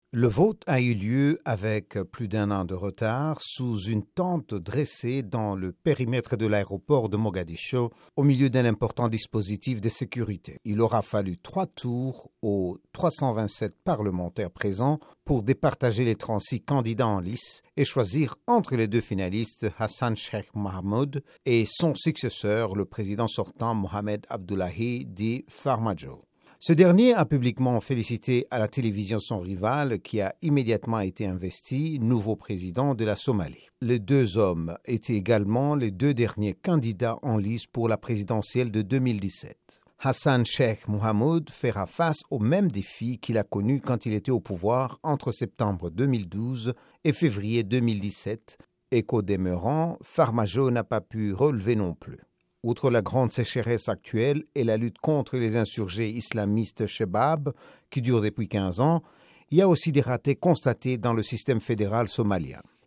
Le vote a eu lieu avec plus d'un an de retard sous une tente dressée dans le périmètre de l'aéroport de Mogadiscio au milieu d'un important dispositif de sécurité. Il aura fallu 3 tours aux 327 parlementaires présents pour départager les 36 candidats en lice et choisir entre les deux finalistes Hassan Sheikh Mohamud et son successeur, le président sortant Mohamed Abdullahi Di Farmajo. Ce dernier a publiquement félicité à la télévision son rival qui a immédiatement été investi nouveau président de la Somalie. Les deux hommes étaient également les deux derniers candidats en lice pour la présidentielle de 2017. Hassan Sheikh Mohamud fera face au même défi qu'il a connu quand il était au pouvoir entre septembre 2012 et février 2017 et qu'au demeurant, Farmajo n'a pas pu relever non plus. Outre la grande sécheresse actuelle et la lutte contre les insurgés islamistes Shebab, qui dure depuis 15 ans, il y a aussi des ratés constatés dans le système fédéral somalien.